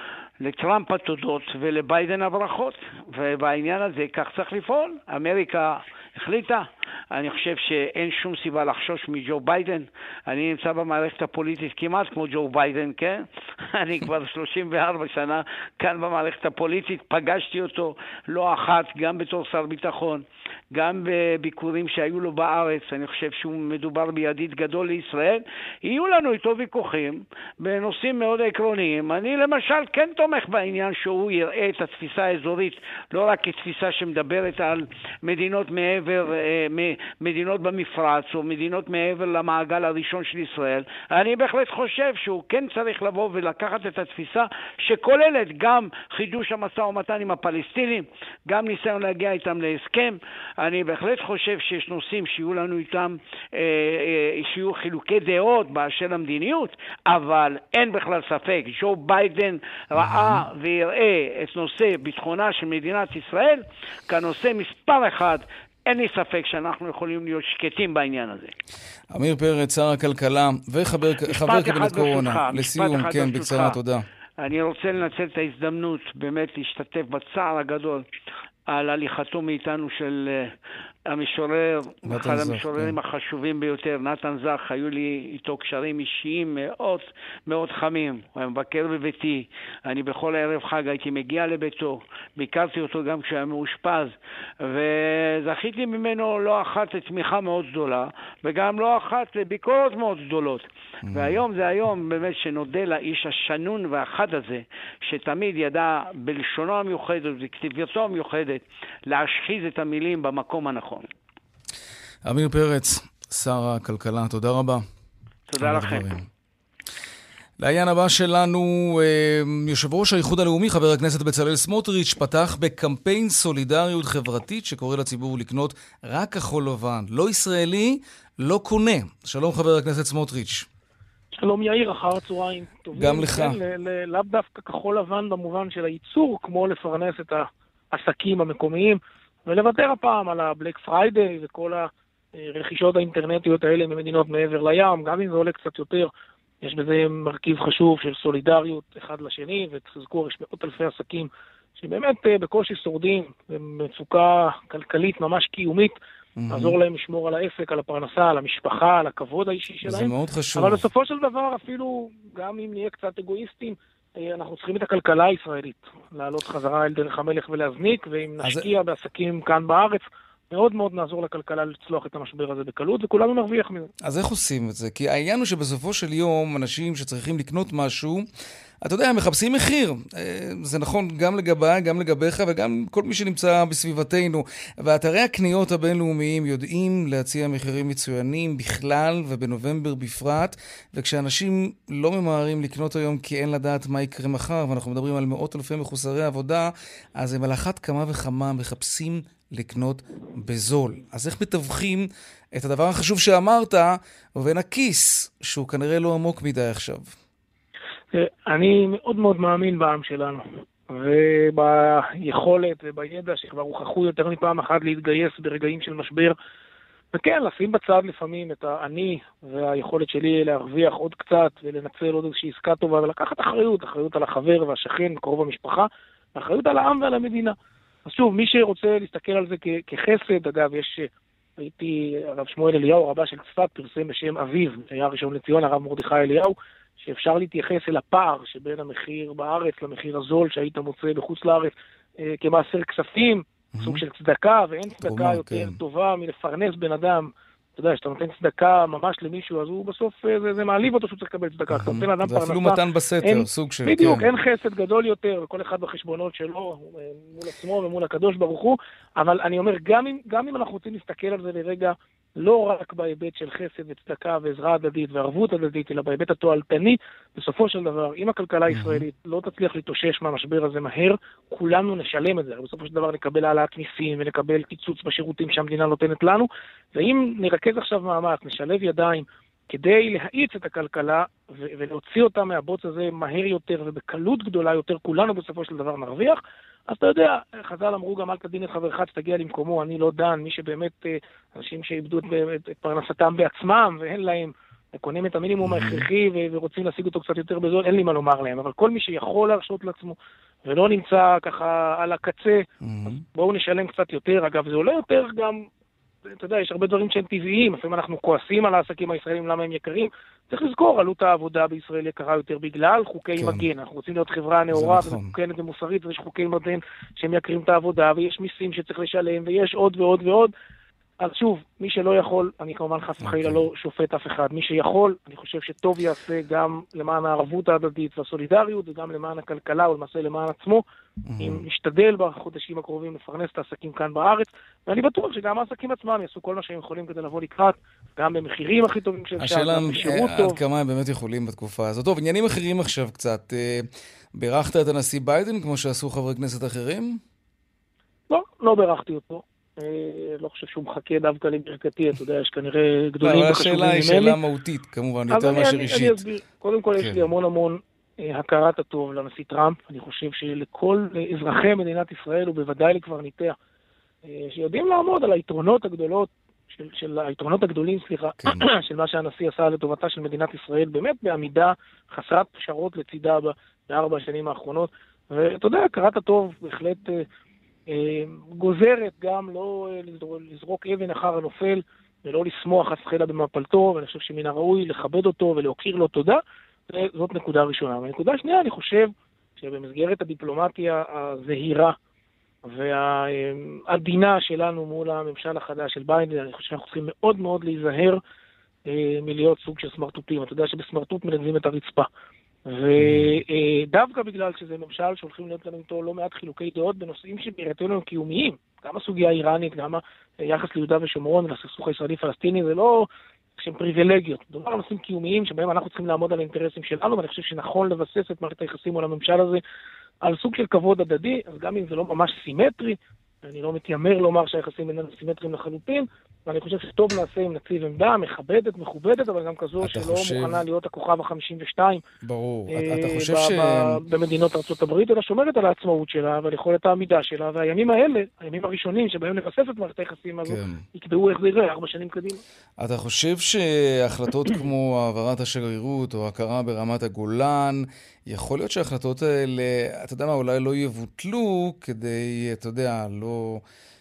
לטראמפ התודות ולביידן הברכות, ובעניין הזה כך צריך לפעול. אמריקה החליטה. אני חושב שאין שום סיבה לחשוש מג'ו ביידן. אני נמצא במערכת הפוליטית כמעט כמו ג'ו ביידן, כן? אני כבר שלושים וארבע שנה כאן במערכת הפוליטית, פגשתי אותו לא אחת, גם בתור שר ביטחון, גם בביקורים שהיו לו בארץ. אני חושב שהוא מדובר בידיד גדול לישראל. יהיו לנו איתו ויכוחים בנושאים מאוד עקרוניים. אני למשל כן תומך בעניין שהוא יראה את התפיסה האזורית, לא רק כתפיסה שמדברת על מדינות מעבר, מדינות במפרץ או מדינות מעבר למעגל הראשון של ישראל. אני בהחלט חושב שהוא כן צריך לבוא ולקחת את התפיסה שכוללת גם חידוש המשא ומתן עם הפלסטינים, גם ניסיון להגיע איתם להסכם. אני בהחלט חושב שיש נושאים שיהיו לנו איתם, אה, אה, שיהיו חילוקי דעות באשר למדיניות, אבל אין בכלל ספק, ג'ו ביידן ראה ויראה את נושא ביטחונה של מדינת ישראל כנושא מספר אחד. אין לי ספק שאנחנו יכולים להיות שקטים בעניין הזה. אמיר פרץ, שר הכלכלה וחבר קבינט קורונה. לסיום, כן, בקצרה, תודה. אני רוצה לנצל את ההזדמנות באמת להשתתף בצער הגדול על הליכתו מאיתנו של המשורר, אחד המשוררים החשובים ביותר, נתן זך. היו לי איתו קשרים אישיים מאוד מאוד חמים. הוא היה מבקר בביתי, אני בכל ערב חג הייתי מגיע לביתו, ביקרתי אותו גם כשהיה מאושפז, וזכיתי ממנו לא אחת לתמיכה מאוד גדולה, וגם לא אחת לביקורות מאוד גדולות. Mm. והיום זה היום באמת שנודה לאיש השנון והחד הזה, שתמיד ידע בלשונו המיוחדת ובכתיבתו המיוחדת להשחיז את המילים במקום הנכון. אמיר פרץ, שר הכלכלה, תודה רבה. תודה לכם. לעניין הבא שלנו, יושב ראש האיחוד הלאומי, חבר הכנסת בצלאל סמוטריץ', פתח בקמפיין סולידריות חברתית שקורא לציבור לקנות רק כחול לבן. לא ישראלי, לא קונה. שלום חבר הכנסת סמוטריץ'. שלום יאיר, אחר הצהריים טובים. גם לך. לאו דווקא כחול לבן במובן של הייצור, כמו לפרנס את העסקים המקומיים, ולוותר הפעם על הבלק פריידיי וכל הרכישות האינטרנטיות האלה ממדינות מעבר לים, גם אם זה עולה קצת יותר, יש בזה מרכיב חשוב של סולידריות אחד לשני, ותזכור, יש מאות אלפי עסקים שבאמת בקושי שורדים, במצוקה כלכלית ממש קיומית, לעזור להם לשמור על העסק, על הפרנסה, על המשפחה, על הכבוד האישי שלהם. זה מאוד חשוב. אבל בסופו של דבר, אפילו גם אם נהיה קצת אגואיסטים, אנחנו צריכים את הכלכלה הישראלית, לעלות חזרה אל דרך המלך ולהזניק, ואם נשקיע אז... בעסקים כאן בארץ, מאוד מאוד נעזור לכלכלה לצלוח את המשבר הזה בקלות, וכולנו נרוויח מזה. אז איך עושים את זה? כי העניין הוא שבסופו של יום, אנשים שצריכים לקנות משהו, אתה יודע, הם מחפשים מחיר. זה נכון גם לגבי, גם לגביך, וגם כל מי שנמצא בסביבתנו. ואתרי הקניות הבינלאומיים יודעים להציע מחירים מצוינים בכלל, ובנובמבר בפרט, וכשאנשים לא ממהרים לקנות היום כי אין לדעת מה יקרה מחר, ואנחנו מדברים על מאות אלפי מחוסרי עבודה, אז הם על אחת כמה וכמה מחפשים לקנות בזול. אז איך מתווכים את הדבר החשוב שאמרת, ובין הכיס, שהוא כנראה לא עמוק מדי עכשיו? אני מאוד מאוד מאמין בעם שלנו, וביכולת ובידע שכבר הוכחו יותר מפעם אחת להתגייס ברגעים של משבר, וכן, לשים בצד לפעמים את האני והיכולת שלי להרוויח עוד קצת ולנצל עוד איזושהי עסקה טובה, ולקחת אחריות, אחריות על החבר והשכן, קרוב המשפחה, אחריות על העם ועל המדינה. אז שוב, מי שרוצה להסתכל על זה כ- כחסד, אגב, יש הייתי, הרב שמואל אליהו, רבה של צפת, פרסם בשם אביו, שהיה ראשון לציון, הרב מרדכי אליהו, שאפשר להתייחס אל הפער שבין המחיר בארץ למחיר הזול שהיית מוצא בחוץ לארץ אה, כמעשר כספים, mm-hmm. סוג של צדקה, ואין צדקה תרומה, יותר כן. טובה מלפרנס בן אדם. אתה יודע, שאתה נותן צדקה ממש למישהו, אז הוא בסוף, זה, זה מעליב אותו שהוא צריך לקבל צדקה. אתה נותן לאדם פרנסה. זה אפילו מתן בסתר, אין, סוג של... בדיוק, כן. אין חסד גדול יותר, וכל אחד בחשבונות שלו, מול עצמו ומול הקדוש ברוך הוא, אבל אני אומר, גם אם, גם אם אנחנו רוצים להסתכל על זה לרגע, לא רק בהיבט של חסד וצדקה ועזרה הדדית וערבות הדדית, אלא בהיבט התועלתני, בסופו של דבר, אם הכלכלה הישראלית לא תצליח להתאושש מהמשבר הזה מהר, כולנו נשלם את זה. בסופו של דבר נקבל העלאת מיסים ונקבל קיצוץ בשירותים שהמדינה נותנת לנו, ואם נרכז עכשיו מאמץ, נשלב ידיים כדי להאיץ את הכלכלה ו- ולהוציא אותה מהבוץ הזה מהר יותר ובקלות גדולה יותר, כולנו בסופו של דבר נרוויח. אז אתה יודע, חז"ל אמרו גם אל תדין את חברך שתגיע למקומו, אני לא דן, מי שבאמת, אנשים שאיבדו את, את, את פרנסתם בעצמם ואין להם, קונים את המינימום ההכרחי ו- ורוצים להשיג אותו קצת יותר בזול, אין לי מה לומר להם, אבל כל מי שיכול להרשות לעצמו ולא נמצא ככה על הקצה, אז בואו נשלם קצת יותר. אגב, זה עולה יותר גם, אתה יודע, יש הרבה דברים שהם טבעיים, לפעמים אנחנו כועסים על העסקים הישראלים, למה הם יקרים. צריך לזכור, עלות העבודה בישראל יקרה יותר בגלל חוקי כן. מגן. אנחנו רוצים להיות חברה נאורה נכון. ומתוקנת ומוסרית, ויש חוקי מגן שהם יקרים את העבודה, ויש מיסים שצריך לשלם, ויש עוד ועוד ועוד. אז שוב, מי שלא יכול, אני כמובן חס וחלילה לא שופט אף אחד. מי שיכול, אני חושב שטוב יעשה גם למען הערבות ההדדית והסולידריות, וגם למען הכלכלה, או למעשה למען עצמו, אם נשתדל בחודשים הקרובים לפרנס את העסקים כאן בארץ, ואני בטוח שגם העסקים עצמם יעשו כל מה שהם יכולים כדי לבוא לקראת, גם במחירים הכי טובים שאפשר, גם בשירות טוב. השאלה עד כמה הם באמת יכולים בתקופה הזאת. טוב, עניינים אחרים עכשיו קצת. בירכת את הנשיא ביידן כמו שעשו חברי כנסת אחרים? לא, לא בירכתי אותו. לא חושב שהוא מחכה דווקא לברכתי, אתה יודע, יש כנראה גדולים וחשובים ממני. השאלה היא שאלה מהותית, כמובן, יותר מאשר אישית. אני אסביר. קודם כל יש לי המון המון הכרת הטוב לנשיא טראמפ. אני חושב שלכל אזרחי מדינת ישראל, ובוודאי לקברניטיה, שיודעים לעמוד על היתרונות הגדולות, של, של היתרונות הגדולים, סליחה, כן. של מה שהנשיא עשה לטובתה של מדינת ישראל, באמת בעמידה חסרת פשרות לצידה בארבע השנים האחרונות. ואתה יודע, הכרת הטוב בהחלט גוזרת גם לא לזרוק אבן אחר הנופל, ולא לשמוח חס וחלילה במפלתו, ואני חושב שמן הראוי לכבד אותו ולהוקיר לו תודה. זאת נקודה ראשונה. ונקודה שנייה, אני חושב שבמסגרת הדיפלומטיה הזהירה והעדינה שלנו מול הממשל החדש של ביידן, אני חושב שאנחנו צריכים מאוד מאוד להיזהר מלהיות סוג של סמרטוטים. אתה יודע שבסמרטוט מנגבים את הרצפה. ודווקא בגלל שזה ממשל שהולכים להיות לנו איתו לא מעט חילוקי דעות בנושאים שבראייתנו הם קיומיים, גם הסוגיה האיראנית, גם היחס ליהודה ושומרון ולסכסוך הישראלי-פלסטיני, זה לא שהם פריבילגיות, דבר על נושאים קיומיים שבהם אנחנו צריכים לעמוד על האינטרסים שלנו, ואני חושב שנכון לבסס את מערכת היחסים מול הממשל הזה על סוג של כבוד הדדי, אז גם אם זה לא ממש סימטרי, אני לא מתיימר לומר שהיחסים אינם סימטריים לחלוטין, ואני חושב שטוב נעשה עם נציב עמדה, מכבדת, מכובדת, אבל גם כזו שלא חושב... מוכנה להיות הכוכב ה-חמישים ושתיים. ברור. אה, אתה חושב ב- ש... ב- במדינות ארצות הברית, אלא שומרת על העצמאות שלה ועל יכולת העמידה שלה, והימים האלה, הימים הראשונים שבהם נבסס את מערכת היחסים הזו, כן. יקבעו איך זה יראה, ארבע שנים קדימה. אתה חושב שהחלטות כמו העברת השגרירות או הכרה ברמת הגולן, יכול להיות שההחלטות האלה, אתה יודע מה, אולי לא יבוטלו כדי, אתה יודע, לא...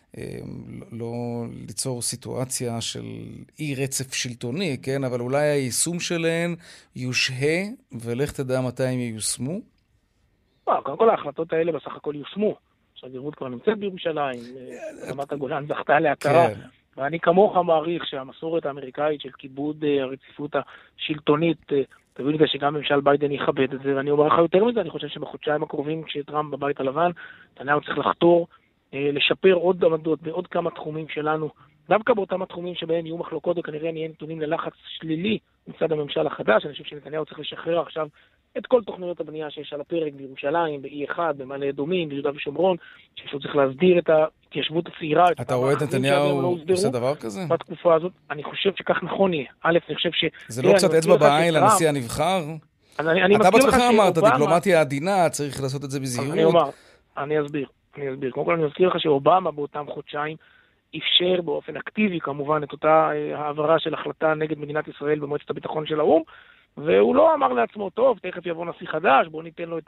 לא, לא ליצור סיטואציה של אי רצף שלטוני, כן? אבל אולי היישום שלהן יושהה, ולך תדע מתי הם ייושמו? לא, קודם כל ההחלטות האלה בסך הכל יושמו. השגרירות כבר נמצאת בירושלים, רמת הגולן זכתה להכרה, כן. ואני כמוך מעריך שהמסורת האמריקאית של כיבוד הרציפות השלטונית, תביא לזה שגם ממשל ביידן יכבד את זה, ואני אומר לך יותר מזה, אני חושב שבחודשיים הקרובים כשטראמפ בבית הלבן, נתניהו צריך לחתור לשפר עוד עמדות בעוד כמה תחומים שלנו, דווקא באותם התחומים שבהם יהיו מחלוקות וכנראה נהיה נתונים ללחץ שלילי מצד הממשל החדש. אני חושב שנתניהו צריך לשחרר עכשיו את כל תוכניות הבנייה שיש על הפרק בירושלים, ב-אי אחד, במעלה אדומים, ביהודה ושומרון, שהוא צריך להסדיר את ההתיישבות הצעירה. אתה רואה את נתניהו עושה דבר כזה? בתקופה הזאת, אני חושב שכך נכון יהיה. א', אני חושב ש... זה לא קצת אצבע בעין לנשיא הנבחר? אתה בעצמך אמרת, דיפלומטיה עדינה, צריך לעשות את זה בזהירות. אני אומר, אני אסביר. אני אסביר. קודם כל אני אזכיר לך שאובמה באותם חודשיים אפשר באופן אקטיבי כמובן את אותה העברה של החלטה נגד מדינת ישראל במועצת הביטחון של האו"ם, והוא לא אמר לעצמו, טוב, תכף יבוא נשיא חדש, בואו ניתן לו את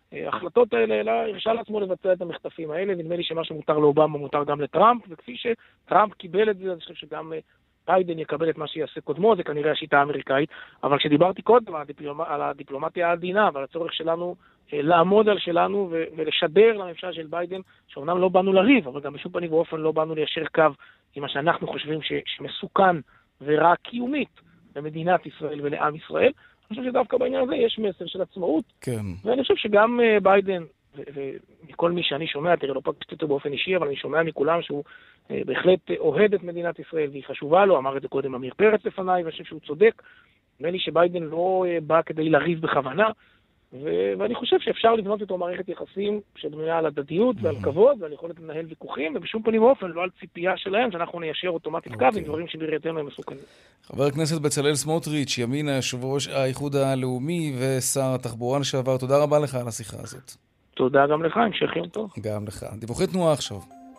ההחלטות האלה, אלא הרשה לעצמו לבצע את המחטפים האלה. נדמה לי שמה שמותר לאובמה מותר גם לטראמפ, וכפי שטראמפ קיבל את זה, אני חושב שגם ביידן יקבל את מה שיעשה קודמו, זה כנראה השיטה האמריקאית. אבל כשדיברתי קודם על, הדיפלומ... על הדיפלומטיה העדינה ועל הצורך שלנו לעמוד על שלנו ו... ולשדר לממשלה של ביידן, שאומנם לא באנו לריב, אבל גם בשום פנים ואופן לא באנו ליישר קו עם מה שאנחנו חושבים ש... שמסוכן ורע קיומית למדינת ישראל ולעם ישראל. אני חושב שדווקא בעניין הזה יש מסר של עצמאות. כן. ואני חושב שגם ביידן, ומכל מי שאני שומע, תראה, לא פגשתי אותו באופן אישי, אבל אני שומע מכולם שהוא בהחלט אוהד את מדינת ישראל, והיא חשובה לו, אמר את זה קודם אמיר פרץ לפניי, ואני חושב שהוא צודק. נראה לי שביידן לא בא כדי לריב בכוונה, ו- ואני חושב שאפשר לבנות איתו מערכת יחסים שבנויה על הדדיות ועל כבוד, ועל יכולת לנהל ויכוחים, ובשום פנים ואופן לא על ציפייה שלהם, שאנחנו ניישר אוטומטית קו עם דברים שבראייתנו הם מסוכנים. חבר הכנסת בצלאל סמוטריץ', ימינה, יושב ראש האיחוד הלאומי ושר התחבורה לשעבר, תודה רבה לך על השיחה הזאת. תודה גם לך, המשך יום טוב. גם לך. דיווחי תנועה עכשיו.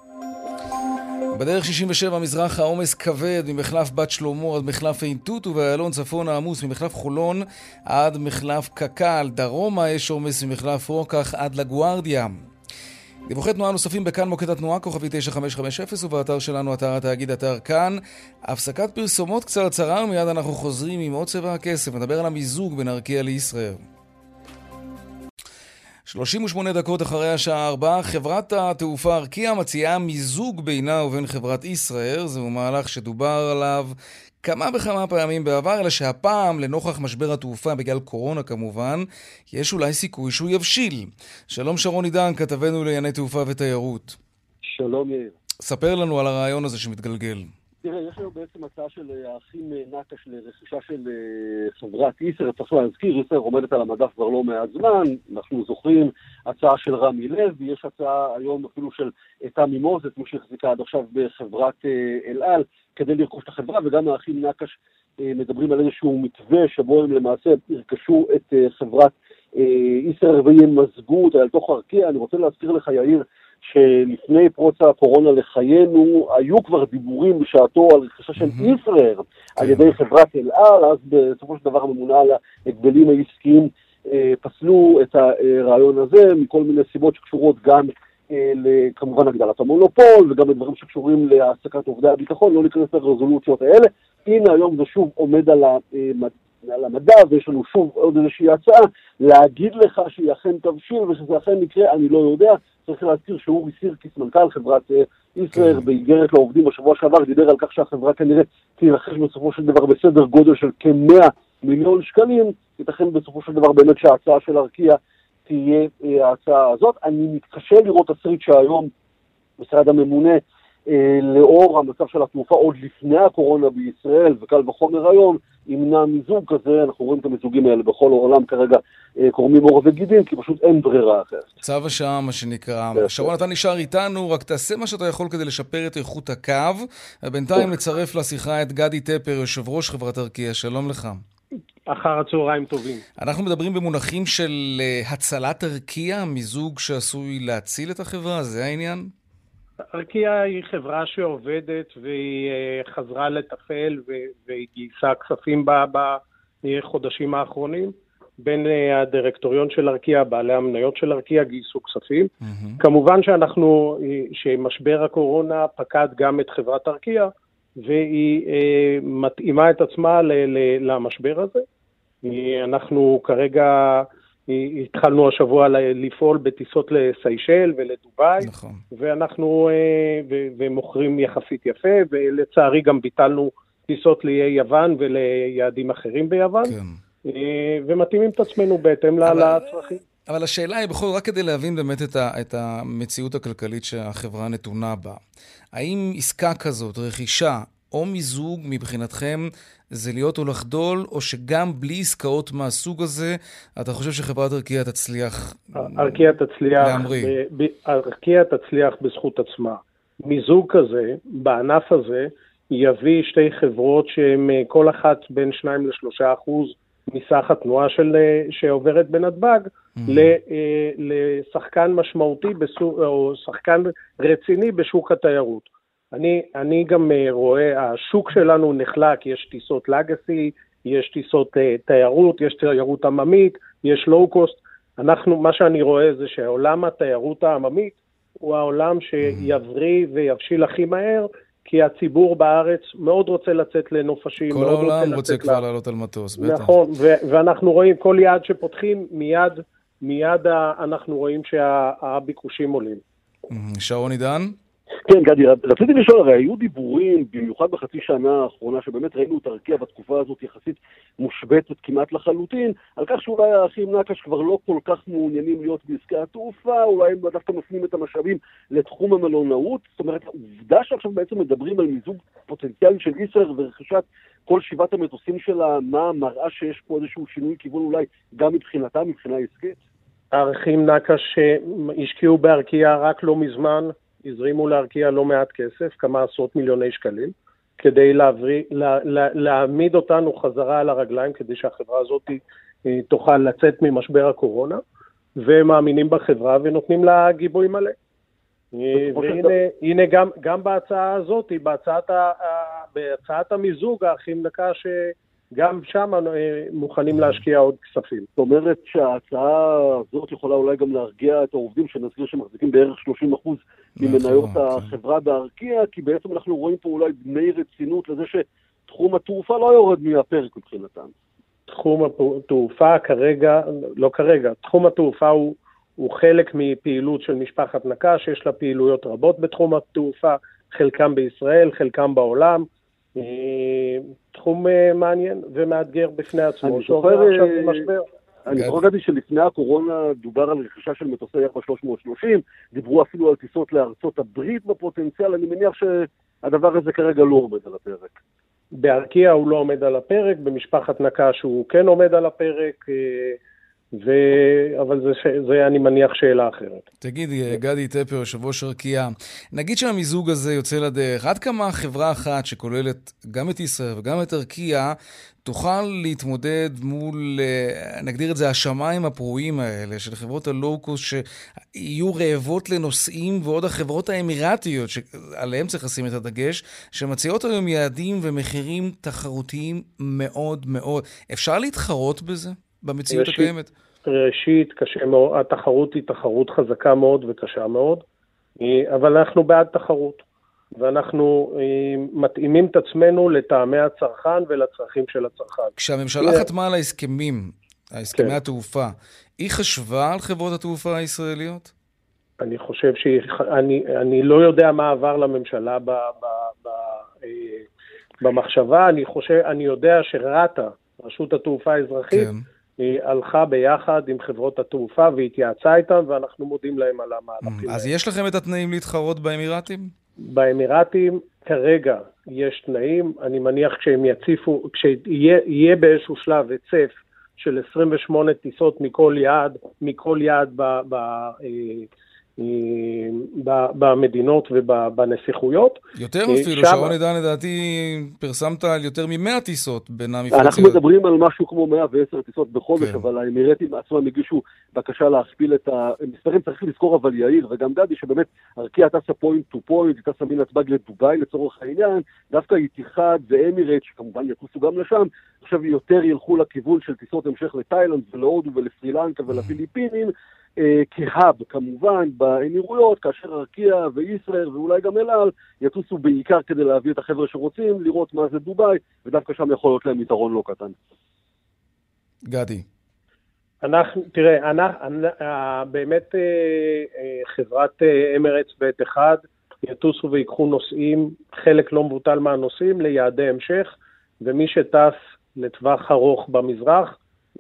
בדרך שישים ושבע מזרח העומס כבד ממחלף בת שלמה עד מחלף עין תות, ובאיילון צפון העמוס ממחלף חולון עד מחלף קק"ל. דרומה יש עומס ממחלף רוקח עד לגוארדיה. דיווחי תנועה נוספים בכאן מוקד התנועה כוכבי תשע חמש חמש אפס, ובאתר שלנו אתר התאגיד אתר כאן. הפסקת פרסומות קצרצרה ומיד אנחנו חוזרים עם עוד צבע הכסף. נדבר על המיזוג בין ארקיע לישראל. שלושים ושמונה דקות אחרי השעה ארבע, חברת התעופה ארקיע מציעה מיזוג בינה ובין חברת ישראל. זהו מהלך שדובר עליו כמה וכמה פעמים בעבר, אלא שהפעם, לנוכח משבר התעופה בגלל קורונה כמובן, יש אולי סיכוי שהוא יבשיל. שלום שרון עידן, כתבנו לענייני תעופה ותיירות. שלום יאיר. ספר לנו על הרעיון הזה שמתגלגל. תראה, יש לנו בעצם הצעה של האחים נקש לרכישה של חברת ישראייר. צריך להזכיר, ישראייר עומדת על המדף כבר לא מעט זמן. אנחנו זוכרים הצעה של רמי לוי, יש הצעה היום אפילו של תמי מוזס, מי שהחזיקה עד עכשיו בחברת אל על, כדי לרכוש את החברה, וגם האחים נקש מדברים על איזשהו מתווה שבו הם למעשה ירכשו את חברת ישראייר וימזגו אותה אל תוך ארקיע. אני רוצה להזכיר לך, יאיר, שלפני פרוץ הקורונה לחיינו, היו כבר דיבורים בשעתו על רכישה של ישראייר על ידי חברת אל על, אז בסופו של דבר הממונה על ההגבלים העסקיים פסלו את הרעיון הזה, מכל מיני סיבות שקשורות גם כמובן הגדלת המונופול, וגם לדברים שקשורים להעסקת עובדי הביטחון, לא להיכנס לרזולוציות האלה. הנה היום זה שוב עומד על על המדע, ויש לנו שוב עוד איזושהי הצעה, להגיד לך שהיא אכן תבשיל ושזה אכן יקרה, אני לא יודע. צריך להזכיר שאורי סירקיס, מנכ"ל חברת ישראייר, באיגרת לעובדים בשבוע שעבר, דיבר על כך שהחברה כנראה תירכש בסופו של דבר בסדר גודל של כ-מאה מיליון שקלים, ייתכן בסופו של דבר באמת שההצעה של ארקיע תהיה ההצעה הזאת. אני מתקשה לראות תסריט שהיום משרד הממונה, לאור המצב של התעופה עוד לפני הקורונה בישראל, וקל וחומר היום, ימנע מיזוג כזה. אנחנו רואים את המיזוגים האלה בכל העולם כרגע קורמים עור וגידים, כי פשוט אין ברירה אחרת. צו השעה, מה שנקרא. שרון, אתה נשאר איתנו, רק תעשה מה שאתה יכול כדי לשפר את איכות הקו, ובינתיים נצרף לשיחה את גדי טפר, יושב ראש חברת ארקיע. שלום לך. אחר הצהריים טובים. אנחנו מדברים במונחים של הצלת ארקיע, מיזוג שעשוי להציל את החברה, זה העניין? ארקיע היא חברה שעובדת והיא חזרה לטפל והיא גייסה כספים בחודשים האחרונים. בין הדירקטוריון של ארקיע, בעלי המניות של ארקיע גייסו כספים. Mm-hmm. כמובן שאנחנו, שמשבר הקורונה פקד גם את חברת ארקיע, והיא אה, מתאימה את עצמה ל, ל, למשבר הזה. אנחנו כרגע התחלנו השבוע לפעול בטיסות לסיישל ולדוביי, נכון. ואנחנו אה, ו, ומוכרים יחסית יפה, ולצערי גם ביטלנו טיסות ליהי יוון וליעדים אחרים ביוון. כן. ומתאימים את עצמנו בהתאם לצרכים. אבל השאלה היא בכל, רק כדי להבין באמת את, ה, את המציאות הכלכלית שהחברה נתונה בה. האם עסקה כזאת, רכישה או מיזוג מבחינתכם זה להיות או לחדול, או שגם בלי עסקאות מהסוג הזה, אתה חושב שחברת ארקיע תצליח? ארקיע תצליח, ב, ב, ארקיע תצליח בזכות עצמה. מיזוג כזה, בענף הזה, יביא שתי חברות שהן כל אחת בין שניים לשלושה אחוז מסך התנועה של, שעוברת בנתב"ג, mm-hmm. לשחקן משמעותי, בסוג, או שחקן רציני בשוק התיירות. אני, אני גם רואה, השוק שלנו נחלק, יש טיסות לגאסי, יש טיסות תיירות, יש תיירות עממית, יש לואו-קוסט. אנחנו, מה שאני רואה זה שהעולם התיירות העממית הוא העולם שיבריא ויבשיל הכי מהר, כי הציבור בארץ מאוד רוצה לצאת לנופשים. כל העולם רוצה כבר לעלות על מטוס, בטח. נכון, ואנחנו רואים כל יעד שפותחים, מיד, מיד אנחנו רואים שהביקושים עולים. שרון עידן? כן, גדי, רציתי לשאול, הרי היו דיבורים, במיוחד בחצי שנה האחרונה, שבאמת ראינו את ארקיע בתקופה הזאת יחסית מושבתת כמעט לחלוטין, על כך שאולי האחים נקש כבר לא כל כך מעוניינים להיות בעסקי התעופה, אולי הם דווקא מפנים את המשאבים לתחום המלונאות, זאת אומרת, העובדה שעכשיו בעצם מדברים על מיזוג פוטנציאלי של ישראייר ורכישת כל שבעת המטוסים שלה, מה מראה שיש פה איזשהו שינוי כיוון אולי גם מבחינתה, מבחינה עסקית? האחים נקש השקיעו בארקיע רק לא מזמן, הזרימו להרקיע לא מעט כסף, כמה עשרות מיליוני שקלים, כדי להבריא, לה, לה, להעמיד אותנו חזרה על הרגליים, כדי שהחברה הזאת תוכל לצאת ממשבר הקורונה, ומאמינים בחברה ונותנים לה גיבוי מלא. והנה, הנה גם, גם בהצעה הזאת, בהצעת, ה, בהצעת המיזוג, האחים נקש גם שם מוכנים להשקיע עוד כספים. זאת אומרת שההצעה הזאת יכולה אולי גם להרגיע את העובדים שנזכיר שמחזיקים בערך שלושים אחוז ממניות החברה בארקיע, כי בעצם אנחנו רואים פה אולי דמי רצינות לזה שתחום התעופה לא יורד מהפרק מבחינתם. תחום התעופה כרגע, לא כרגע, תחום התעופה הוא, הוא חלק מפעילות של משפחת נקש, יש לה פעילויות רבות בתחום התעופה, חלקם בישראל, חלקם בעולם, תחום מעניין ומאתגר בפני עצמו. אני זוכר, אני זוכר גדי שלפני הקורונה דובר על רכישה של מטוסי איירבוס שלוש מאות שלושים, דיברו אפילו על טיסות לארצות הברית בפוטנציאל, אני מניח שהדבר הזה כרגע לא עומד על הפרק. בארקיע הוא לא עומד על הפרק, במשפחת נקש הוא כן עומד על הפרק, ו... אבל זה, זה אני מניח שאלה אחרת. תגיד, גדי טפר, יושב ראש ארקיע, נגיד שהמיזוג הזה יוצא לדרך, עד כמה חברה אחת שכוללת גם את ישראל וגם את ארקיע, תוכל להתמודד מול, נגדיר את זה, השמיים הפרועים האלה של חברות הלואו-קוסט שיהיו רעבות לנוסעים, ועוד החברות האמירתיות שעליהם צריך לשים את הדגש, שמציעות היום יעדים ומחירים תחרותיים מאוד מאוד. אפשר להתחרות בזה במציאות ראשית, הקיימת? ראשית, קשה מאוד, התחרות היא תחרות חזקה מאוד וקשה מאוד, אבל אנחנו בעד תחרות. ואנחנו מתאימים את עצמנו לטעמי הצרכן ולצרכים של הצרכן. כשהממשלה חתמה על ההסכמים, ההסכמי כן. התעופה, היא חשבה על חברות התעופה הישראליות? אני חושב שהיא, אני, אני לא יודע מה עבר לממשלה ב, ב, ב, במחשבה, אני חושב, אני יודע שרטה, רשות התעופה האזרחית, כן. היא הלכה ביחד עם חברות התעופה והתייעצה איתם, ואנחנו מודים להם על המהלכים. אז יש לכם את התנאים להתחרות באמירתים? באמירתים כרגע יש תנאים, אני מניח כשהם יציפו, כשיהיה באיזשהו שלב הצף של עשרים ושמונה טיסות מכל יעד, מכל יעד ב, ב, ב, במדינות ובנסיכויות. יותר אפילו, שרון עידן, לדעתי פרסמת על יותר מ-מאה טיסות בין המפרציות. אנחנו מדברים על משהו כמו מאה ועשר טיסות בחודש, כן. אבל האמירתים עצמם הגישו בקשה להכפיל את המספרים, צריך לזכור אבל יאיר, וגם גדי שבאמת ארקיע טסה פוינט טו פוינט, היא טסה מנתב"ג לדובאי לצורך העניין, דווקא איתיחד ואמירט, שכמובן יטוסו גם לשם, עכשיו יותר ילכו לכיוון של טיסות המשך לתאילנד ולהודו ולסרילנקה ולפיליפינים, כהאב כמובן באמירויות, כאשר ארקיע וישראל ואולי גם אל על יטוסו בעיקר כדי להביא את החבר'ה שרוצים לראות מה זה דובאי, ודווקא שם יכול להיות להם יתרון לא קטן. גדי. אנחנו, תראה, אנחנו, באמת חברת אמירטס בית אחד יטוסו ויקחו נוסעים, חלק לא מבוטל מהנוסעים ליעדי המשך, ומי שטס לטווח ארוך במזרח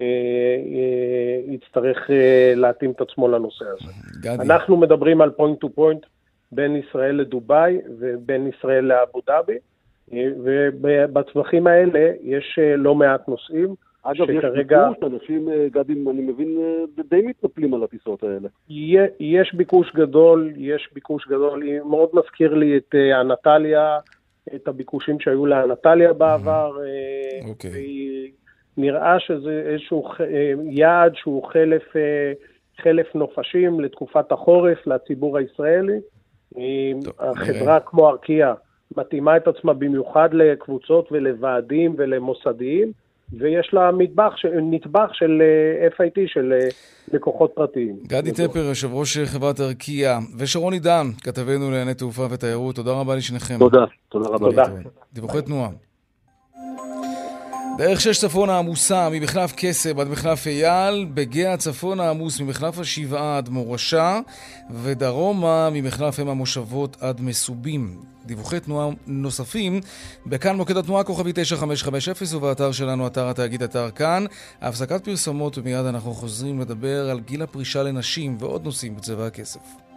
יצטרך להתאים את עצמו לנושא הזה. גדי. אנחנו מדברים על פוינט טו פוינט בין ישראל לדובאי ובין ישראל לאבו דאבי, ובטווחים האלה יש לא מעט נוסעים. אגב, שכרגע... יש ביקוש, אנשים, גדים, אני מבין, די מתנפלים על הטיסות האלה. יש ביקוש גדול, יש ביקוש גדול. היא מאוד מזכיר לי את אנטליה, את הביקושים שהיו לאנטליה בעבר, אוקיי. והיא... נראה שזה איזשהו יעד שהוא חלף, חלף נופשים לתקופת החורף לציבור הישראלי. טוב, החברה נראה. כמו ארקיע מתאימה את עצמה במיוחד לקבוצות ולוועדים ולמוסדיים, ויש לה מטבח, נטבח של אף איי טי, של לקוחות פרטיים. גדי טפר, יושב ראש חברת ארקיע, ושרון עידן, כתבנו לענייני תעופה ותיירות, תודה רבה לשניכם. תודה, תודה רבה. תודה. דיווחי תנועה. דרך שש צפון העמוסה ממחלף קסם עד מחלף אייל, בגאה הצפון העמוס ממחלף השבעה עד מורשה, ודרומה ממחלף אם המושבות עד מסובים. דיווחי תנועה נוספים בכאן מוקד התנועה כוכבי תשע חמש חמש אפס ובאתר שלנו, אתר התאגיד, אתר כאן. הפסקת פרסומות ומיד אנחנו חוזרים לדבר על גיל הפרישה לנשים ועוד נושאים בצבע הכסף.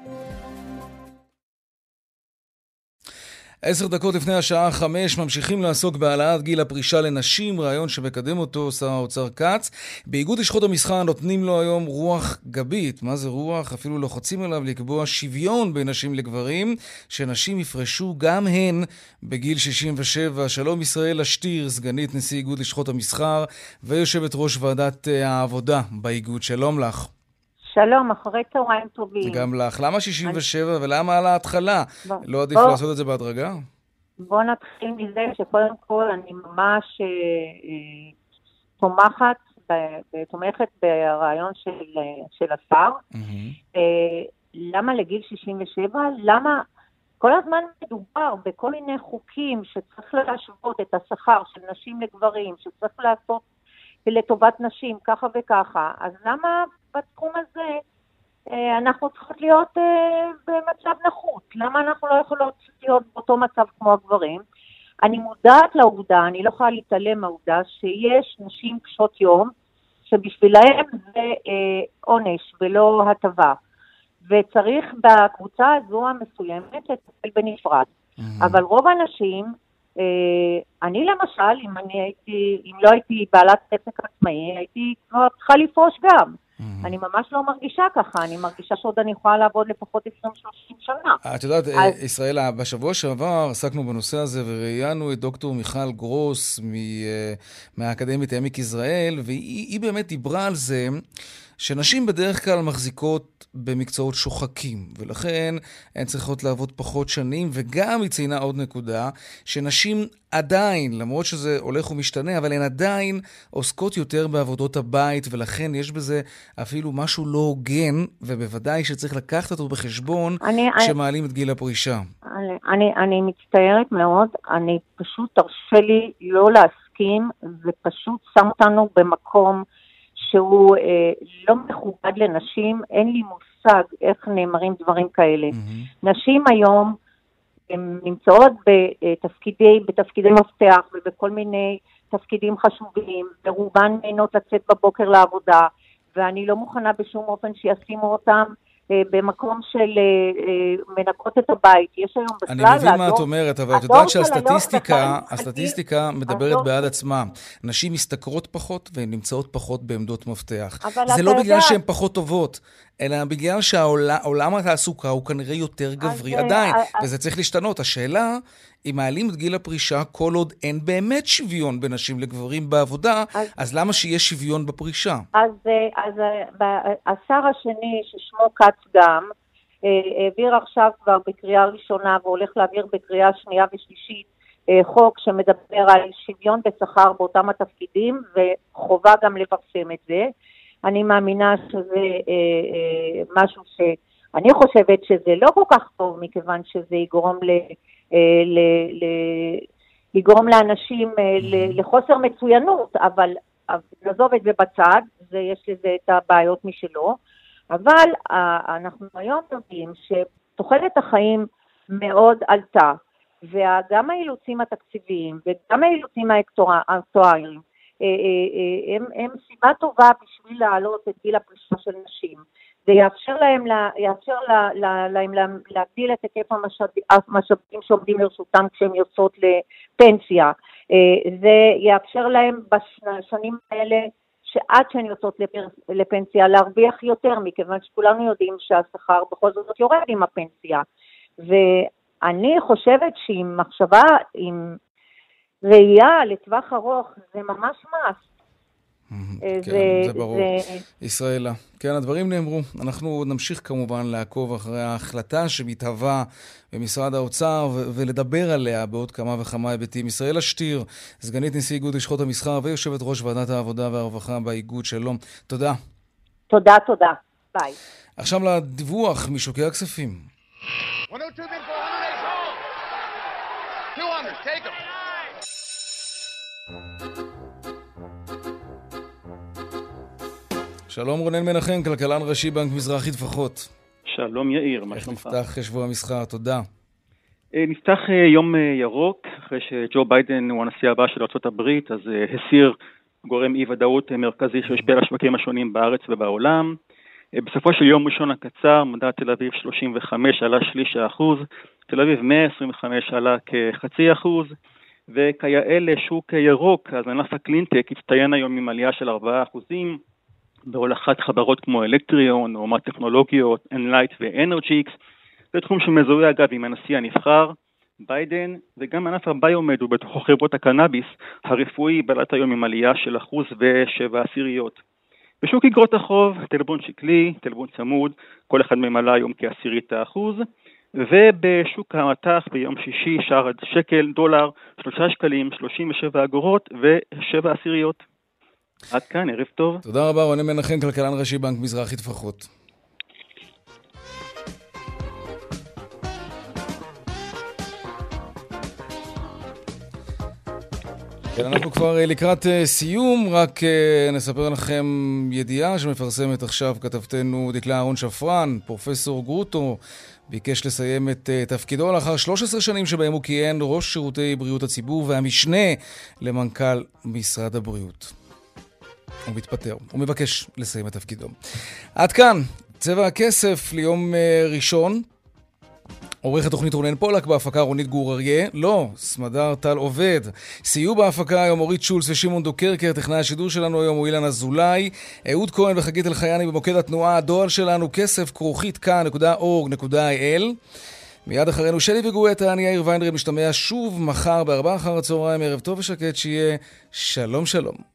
עשר דקות לפני השעה חמש ממשיכים לעסוק בהעלאת גיל הפרישה לנשים, רעיון שמקדם אותו שר האוצר כץ. באיגוד לשכות המסחר נותנים לו היום רוח גבית. מה זה רוח? אפילו לוחצים עליו לקבוע שוויון בין נשים לגברים, שנשים יפרשו גם הן בגיל שישים ושבע. שלום ישראל אשתיר, סגנית נשיא איגוד לשכות המסחר ויושבת ראש ועדת העבודה באיגוד. שלום לך. שלום, אחרי צהריים טובים. גם לך. למה שישים ושבע ולמה על ההתחלה? בוא, לא עדיף בוא, לעשות את זה בהדרגה? בוא נתחיל מזה שקודם כל אני ממש אה, אה, תומכת, תומכת ברעיון של, של השר. Mm-hmm. אה, למה לגיל שישים ושבע? למה כל הזמן מדובר בכל מיני חוקים שצריך להשוות את השכר של נשים לגברים, שצריך לעשות לטובת נשים ככה וככה. אז למה בתחום הזה אנחנו צריכות להיות במצב נחות? למה אנחנו לא יכולות להיות באותו מצב כמו הגברים? אני מודעת לעובדה, אני לא יכולה להתעלם מהעובדה שיש נשים קשות יום שבשבילהם זה עונש ולא הטבה, וצריך בקבוצה הזו המסוימת לטפל בנפרד. אבל רוב האנשים, אני למשל, אם אני הייתי, אם לא הייתי בעלת עסק עצמאי, הייתי כבר צריכה לפרוש גם. אני ממש לא מרגישה ככה, אני מרגישה שעוד אני יכולה לעבוד לפחות עשרים שלושים שנה. את יודעת, ישראל, בשבוע שעבר עסקנו בנושא הזה וראיינו את דוקטור מיכל גרוס מהאקדמית עמק יזרעאל, והיא באמת דיברה על זה שנשים בדרך כלל מחזיקות במקצועות שוחקים, ולכן הן צריכות לעבוד פחות שנים, וגם היא ציינה עוד נקודה, שנשים עדיין, למרות שזה הולך ומשתנה, אבל הן עדיין עוסקות יותר בעבודות הבית, ולכן יש בזה אפילו משהו לא הוגן, ובוודאי שצריך לקחת אותו בחשבון כשמעלים את גיל הפרישה. אני, אני, אני מצטערת מאוד, אני פשוט תרשה לי לא להסכים, ופשוט שם אותנו במקום שהוא אה, לא מכובד לנשים, אין לי מושג איך נאמרים דברים כאלה. Mm-hmm. נשים היום הן נמצאות בתפקידי, בתפקידי מפתח ובכל מיני תפקידים חשובים, ורובן נהנות לצאת בבוקר לעבודה, ואני לא מוכנה בשום אופן שישימו אותם במקום של מנקות את הבית. יש היום בכלל... אני מבין מה את אומרת, אבל את יודעת שהסטטיסטיקה, הסטטיסטיקה מדברת בעד עצמה. נשים משתכרות פחות והן נמצאות פחות בעמדות מפתח. זה לא בגלל שהן פחות טובות, אלא בגלל שהעולם התעסוקה הוא כנראה יותר גברי עדיין, וזה צריך להשתנות. השאלה, אם מעלים את גיל הפרישה, כל עוד אין באמת שוויון בין נשים לגברים בעבודה, אז, אז למה שיהיה שוויון בפרישה? אז, אז השר השני, ששמו כץ גם, העביר עכשיו כבר בקריאה ראשונה, והולך להעביר בקריאה שנייה ושלישית, חוק שמדבר על שוויון בשכר באותם התפקידים, וחובה גם לפרסם את זה. אני מאמינה שזה משהו שאני חושבת שזה לא כל כך טוב, מכיוון שזה יגרום ל... לגרום לאנשים לחוסר מצוינות, אבל נעזוב את זה בצד, יש לזה את הבעיות משלו, אבל אנחנו היום יודעים שתוחלת החיים מאוד עלתה, וגם האילוצים התקציביים וגם האילוצים האקטואריים הם, הם סיבה טובה בשביל להעלות את גיל הפרישה של נשים. זה יאפשר להם, יאפשר להם להגדיל את היקף המשאבים שעומדים לרשותם כשהם יוצאות לפנסיה. זה יאפשר להם בשנים האלה שעד שהן יוצאות לפנסיה להרוויח יותר, מכיוון שכולנו יודעים שהשכר בכל זאת יורד עם הפנסיה. ואני חושבת שעם מחשבה, עם ראייה לטווח ארוך, זה ממש מס. כן, זה, זה ברור. זה... ישראלה. כן, הדברים נאמרו. אנחנו נמשיך כמובן לעקוב אחרי ההחלטה שמתהווה במשרד האוצר ו- ולדבר עליה בעוד כמה וכמה היבטים. ישראלה שטיר, סגנית נשיא איגוד לשכות המסחר ויושבת ראש ועדת העבודה והרווחה באיגוד. שלום. תודה. תודה, תודה. ביי. עכשיו לדיווח משוקי הכספים. שלום רונן מנחם, כלכלן ראשי בנק מזרחי טפחות. שלום יאיר, מה שלומך? נפתח שבוע המסחר, תודה. נפתח יום ירוק, אחרי שג'ו ביידן הוא הנשיא הבא של ארצות הברית, אז הסיר גורם אי ודאות מרכזי שהשפיע על השווקים השונים בארץ ובעולם. בסופו של יום ראשון הקצר, מדד תל אביב שלושים וחמש עלה שליש האחוז, תל אביב מאה עשרים וחמש עלה כחצי אחוז, וכיאה לשוק ירוק, אז ענף הקלינטק הצטיין היום עם עלייה של ארבעה אחוזים, בהולכת חברות כמו אלקטריון, אומת טכנולוגיות, אנלייט ואנרג'יקס. זה תחום שמזוהה אגב עם הנשיא הנבחר, ביידן, וגם ענף הביומד ובתוכו חברות הקנאביס הרפואי בלט היום עם עלייה של אחוז ושבע עשיריות. בשוק אגרות החוב, טלבון שקלי, טלבון צמוד, כל אחד מהם עלה היום כעשירית האחוז, ובשוק המטח ביום שישי שער שקל דולר שלושה שקלים שלושים ושבע אגורות ושבע עשיריות. עד כאן, ערב טוב. תודה רבה, רונן מנחם, כלכלן ראשי בנק מזרחי טפחות. כן, אנחנו כבר לקראת סיום, רק נספר לכם ידיעה שמפרסמת עכשיו כתבתנו דקלה אהרון שפרן. פרופסור גרוטו ביקש לסיים את תפקידו לאחר שלוש עשרה שנים שבהם הוא כיהן ראש שירותי בריאות הציבור והמשנה למנכ"ל משרד הבריאות. הוא מתפטר, הוא מבקש לסיים את תפקידו. עד כאן, צבע הכסף ליום ראשון. עורך התוכנית רונן פולק, בהפקה רונית גור אריה, לא, סמדר טל עובד. סייעו בהפקה היום אורית שולס ושמעון דוקרקר, טכנאי השידור שלנו היום הוא אילן אזולאי, אהוד כהן וחגית אלחייני במוקד התנועה, הדואל שלנו כסף כרוכית כאן נקודה אורג נקודה איי אל. מיד אחרינו שלי וגואטה, אני יאיר ויינרב, משתמע שוב מחר בארבע אחר הצהריים, ערב טוב ושקט, שיהיה שלום שלום.